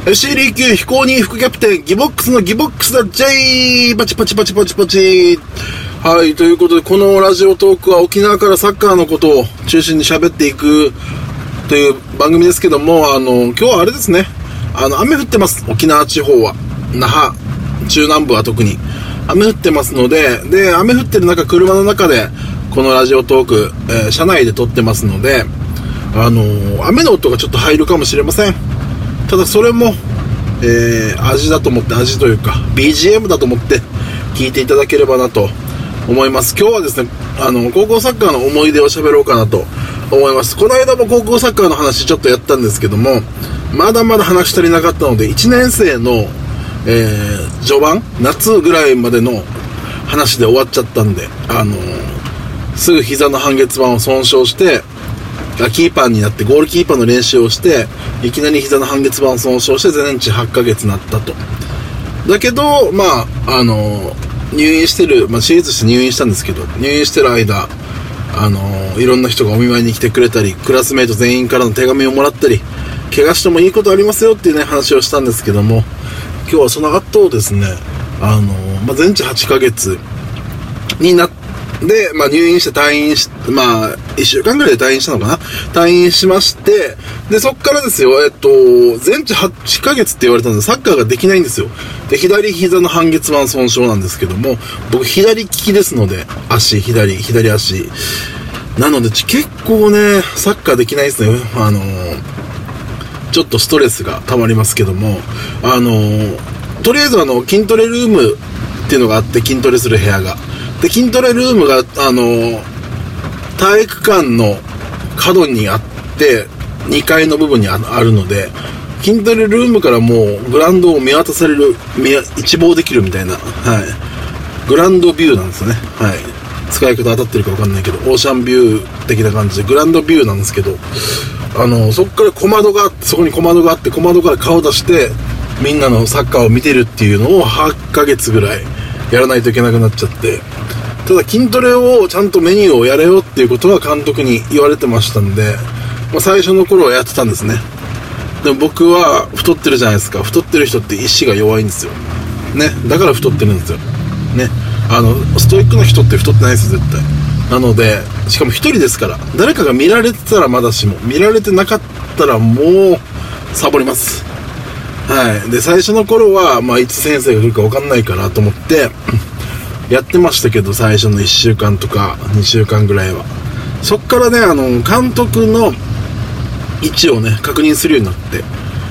FC 琉球非公認副キャプテンギボックスのギボックスだJパチパチパチパチパチ。はい、ということでこのラジオトークは沖縄からサッカーのことを中心に喋っていくという番組ですけども、今日はあれですね、雨降ってます。沖縄地方は那覇中南部は特に雨降ってますので、雨降ってる中、車の中でこのラジオトーク、車内で撮ってますので、雨の音がちょっと入るかもしれません。ただそれも、味だと思って、味というか BGM だと思って聞いていただければなと思います。今日はですね、高校サッカーの思い出を喋ろうかなと思います。この間も高校サッカーの話ちょっとやったんですけども、まだまだ話足りなかったので、1年生の序盤夏ぐらいまでの話で終わっちゃったんで、すぐ膝の半月板を損傷してキーパーになってゴールキーパーの練習をして、いきなり膝の半月板を損傷して全治8ヶ月になったと。だけど入院してる、手術して入院したんですけど、入院してる間いろんな人がお見舞いに来てくれたり、クラスメイト全員からの手紙をもらったり、怪我してもいいことありますよっていうね話をしたんですけども、今日はその後ですね、全治8ヶ月になって、入院して退院し、1週間ぐらいで退院したのかな、退院しまして、でそっからですよ、全治8ヶ月って言われたのでサッカーができないんですよ。で左膝の半月板損傷なんですけども、僕左利きですので、左足なので結構ねサッカーできないですね。ちょっとストレスが溜まりますけども、とりあえず筋トレルームっていうのがあって、筋トレする部屋がで、筋トレルームが体育館の角にあって2階の部分にあるので、筋トレルームからもうグラウンドを見渡される、一望できるみたいな、グラウンドビューなんですね。使い方当たってるか分かんないけど、オーシャンビュー的な感じでグラウンドビューなんですけど、そこから小窓があって、そこに小窓があって、小窓から顔出してみんなのサッカーを見てるっていうのを8ヶ月ぐらいやらないといけなくなっちゃって、ただ筋トレをちゃんとメニューをやれよっていうことは監督に言われてましたんで、最初の頃はやってたんですね。でも僕は太ってるじゃないですか。太ってる人って意志が弱いんですよね。だから太ってるんですよね。ストイックな人って太ってないですよ絶対。なので、しかも一人ですから、誰かが見られてたらまだしも、見られてなかったらもうサボります。で最初の頃はいつ先生が来るか分かんないからと思ってやってましたけど、最初の1週間とか2週間ぐらいは。そっからね、監督の位置をね確認するようになって、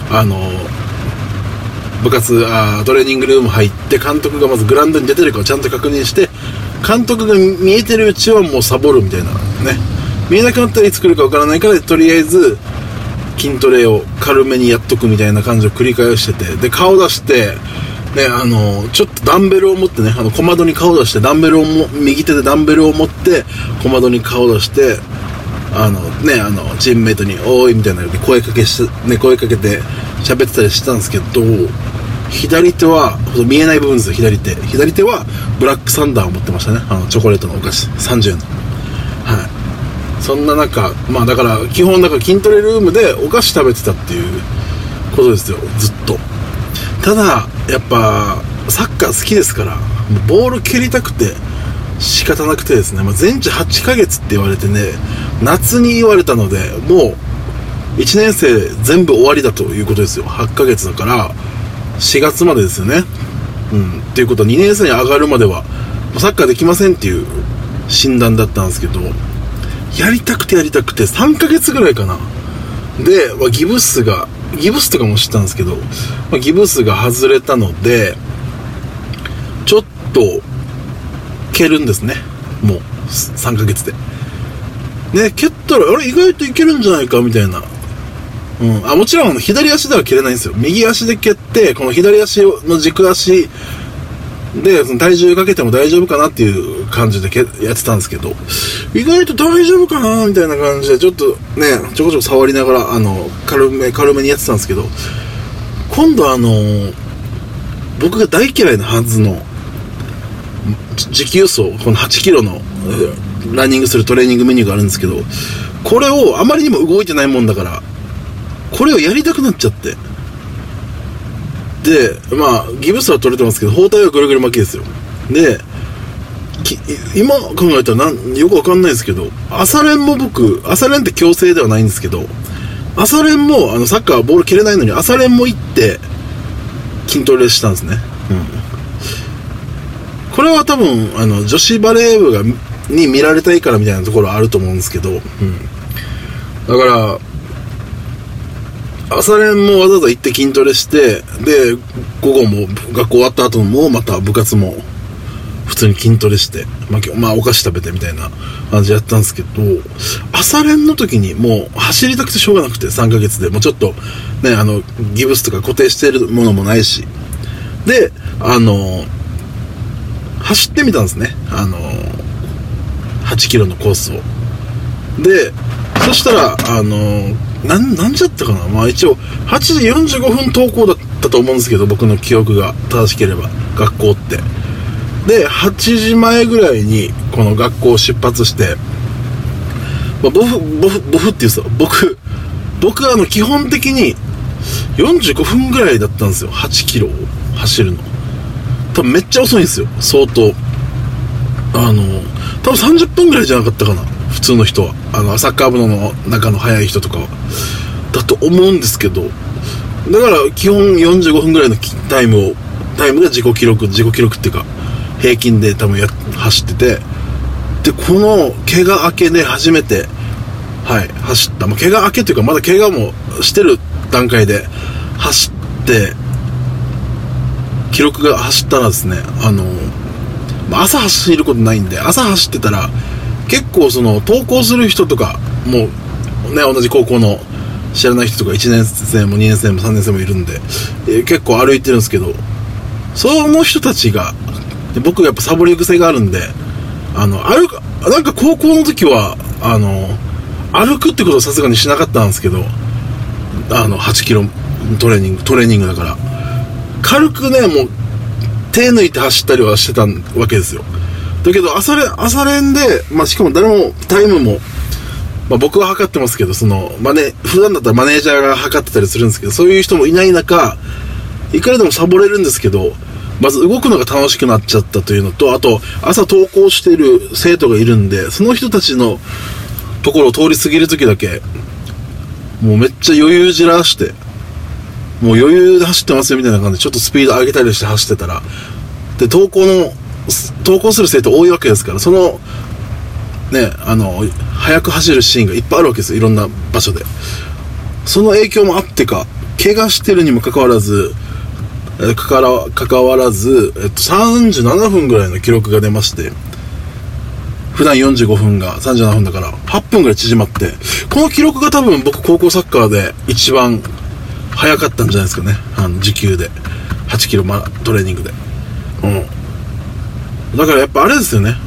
部活トレーニングルーム入って、監督がまずグラウンドに出てるかをちゃんと確認して、監督が見えてるうちはもうサボるみたいなね。見えなくなったらいつ来るか分からないから、とりあえず筋トレを軽めにやっとくみたいな感じを繰り返してて、で顔出してね、ちょっとダンベルを持ってね、小窓に顔出して、右手でダンベルを持って小窓に顔出して、チームメイトにおーいみたいなので声かけて喋ってたりしてたんですけど、左手は見えない部分ですよ。左手はブラックサンダーを持ってましたね。チョコレートのお菓子30円の。そんな中、だから基本筋トレルームでお菓子食べてたっていうことですよ、ずっと。ただやっぱサッカー好きですから、ボール蹴りたくて仕方なくてですね、全治8ヶ月って言われてね、夏に言われたので、もう1年生全部終わりだということですよ。8ヶ月だから4月までですよね。っていうことは2年生に上がるまではサッカーできませんっていう診断だったんですけど、やりたくて3ヶ月ぐらいかな。で、ギブスとかも知ったんですけど、ギブスが外れたのでちょっと蹴るんですね。もう3ヶ月でね、蹴ったら意外といけるんじゃないかみたいな。もちろん左足では蹴れないんですよ。右足で蹴って、この左足の軸足でその体重かけても大丈夫かなっていう感じでやってたんですけど、意外と大丈夫かなみたいな感じでちょっとねちょこちょこ触りながら軽めにやってたんですけど、今度僕が大嫌いなはずの持久走、この8キロのランニングするトレーニングメニューがあるんですけど、これをあまりにも動いてないもんだから、これをやりたくなっちゃって、 で、まあギブスは取れてますけど包帯はぐるぐる巻きですよ。で今考えたらよくわかんないですけど、朝練も朝練って強制ではないんですけど、朝練もサッカーはボール蹴れないのに朝練も行って筋トレしたんですね。これは多分女子バレー部に見られたいからみたいなところはあると思うんですけど、だから朝練もわざわざ行って筋トレして、で午後も学校終わった後もまた部活も普通に筋トレして、まあお菓子食べてみたいな感じでやったんですけど、朝練の時にもう走りたくてしょうがなくて、3ヶ月でもうちょっとねギブスとか固定してるものもないし、で走ってみたんですね、8キロのコースを。でそしたら何時だったかな、まあ一応8時45分登校だったと思うんですけど、僕の記憶が正しければ、学校ってで8時前ぐらいにこの学校を出発して、ボフっていうさ、僕基本的に45分ぐらいだったんですよ、8キロを走るの。多分めっちゃ遅いんですよ、相当。多分30分ぐらいじゃなかったかな、普通の人は。サッカー部の中の速い人とかはだと思うんですけど、だから基本45分ぐらいのタイムが自己記録っていうか平均で多分走ってて、でこの怪我明けで初めて走った、怪我明けというかまだ怪我もしてる段階で走って記録が走ったらですね、朝走ることないんで、朝走ってたら結構登校する人とかもね、同じ高校の知らない人とか1年生も2年生も3年生もいるんで、結構歩いてるんですけど、その人たちが、僕やっぱサボり癖があるんで、なんか高校の時は歩くってことはさすがにしなかったんですけど、8キロトレーニングだから軽くね、もう手抜いて走ったりはしてたわけですよ。だけど朝練で、しかも誰もタイムも、僕は測ってますけど、普段だったらマネージャーが測ってたりするんですけど、そういう人もいない中、いくらでもサボれるんですけど、まず動くのが楽しくなっちゃったというのと、あと朝登校している生徒がいるんで、その人たちのところを通り過ぎるときだけもうめっちゃ余裕じらして、もう余裕で走ってますよみたいな感じでちょっとスピード上げたりして走ってたら、で登校する生徒多いわけですから、速く走るシーンがいっぱいあるわけですよ、いろんな場所で。その影響もあってか、怪我してるにもかかわらず37分ぐらいの記録が出まして、普段45分が37分だから8分ぐらい縮まって、この記録が多分僕高校サッカーで一番早かったんじゃないですかね、持久で8キロトレーニングで。だからやっぱあれですよね、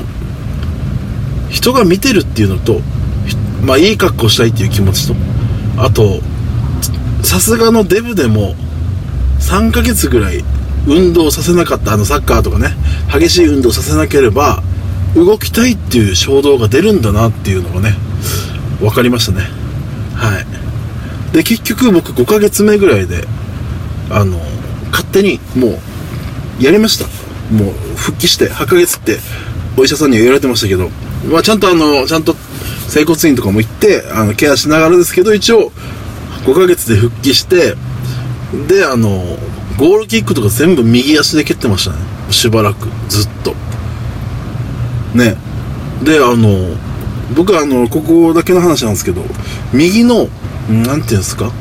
人が見てるっていうのと、いい格好したいっていう気持ちと、あとさすがのデブでも3ヶ月ぐらい運動させなかった、サッカーとかね、激しい運動させなければ動きたいっていう衝動が出るんだなっていうのがね、分かりましたね。で結局僕5ヶ月目ぐらいで勝手にもうやりました。もう復帰して8ヶ月ってお医者さんには言われてましたけど、ちゃんと整骨院とかも行ってケアしながらですけど、一応5ヶ月で復帰して、でゴールキックとか全部右足で蹴ってましたね、しばらくずっとね。で僕はここだけの話なんですけど、右のなんていうんですか、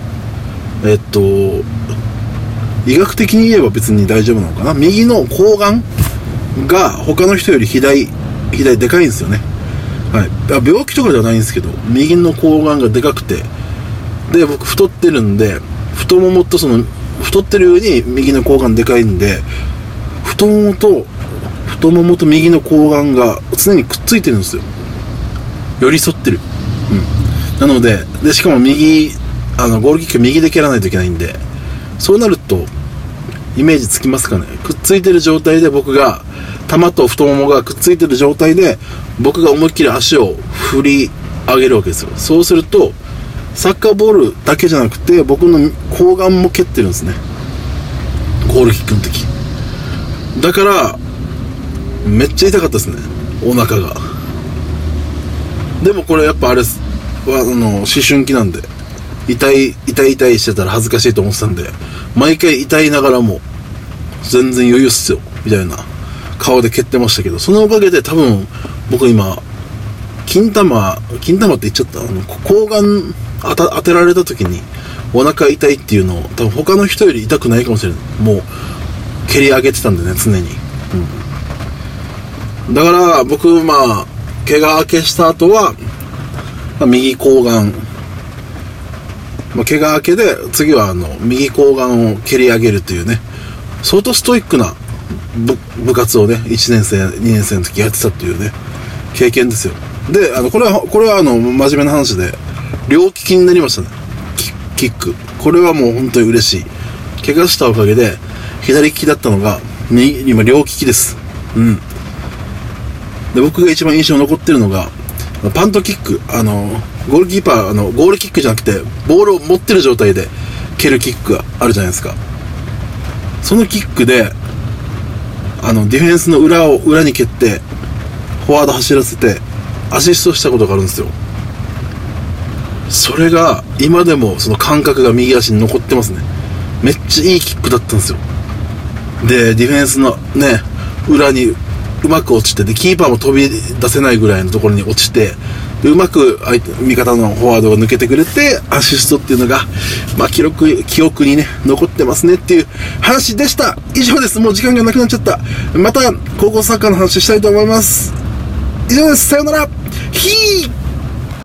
医学的に言えば別に大丈夫なのかな、右の睾丸が他の人より左でかいんですよね。病気とかではないんですけど、右の睾丸がでかくて、で僕太ってるんで、太ももと太ってるように右の睾丸でかいんで、太ももと右の睾丸が常にくっついてるんですよ、寄り添ってる。なのでしかもゴールキック右で蹴らないといけないんで、そうなるとイメージつきますかね、くっついてる状態で僕が玉と太ももがくっついてる状態で僕が思いっきり足を振り上げるわけですよ。そうするとサッカーボールだけじゃなくて僕の睾丸も蹴ってるんですね。 ゴールキックの時。だからめっちゃ痛かったですね、お腹が。でもこれやっぱあれは思春期なんで、痛いしてたら恥ずかしいと思ってたんで、毎回痛いながらも全然余裕っすよみたいな顔で蹴ってましたけど、そのおかげで多分僕今金玉って言っちゃった、睾丸当てられた時にお腹痛いっていうのを多分他の人より痛くないかもしれない。もう蹴り上げてたんでね、常に。だから僕怪我明けした後は、右睾丸、怪我明けで次は右睾丸を蹴り上げるというね、相当ストイックな部活をね、1年生2年生の時やってたっていうね経験ですよ。でこれは真面目な話で、両利きになりましたね、キック。これはもう本当に嬉しい。怪我したおかげで左利きだったのが今両利きです。で僕が一番印象に残ってるのがパントキック、ゴールキーパーゴールキックじゃなくてボールを持ってる状態で蹴るキックがあるじゃないですか。そのキックでディフェンスの裏に蹴ってフォワード走らせてアシストしたことがあるんですよ。それが今でもその感覚が右足に残ってますね。めっちゃいいキックだったんですよ。でディフェンスのね裏にうまく落ちて、でキーパーも飛び出せないぐらいのところに落ちて、でうまく味方のフォワードが抜けてくれてアシストっていうのが記憶にね残ってますねっていう話でした。以上です。もう時間がなくなっちゃった。また高校サッカーの話したいと思います。以上です。さよなら。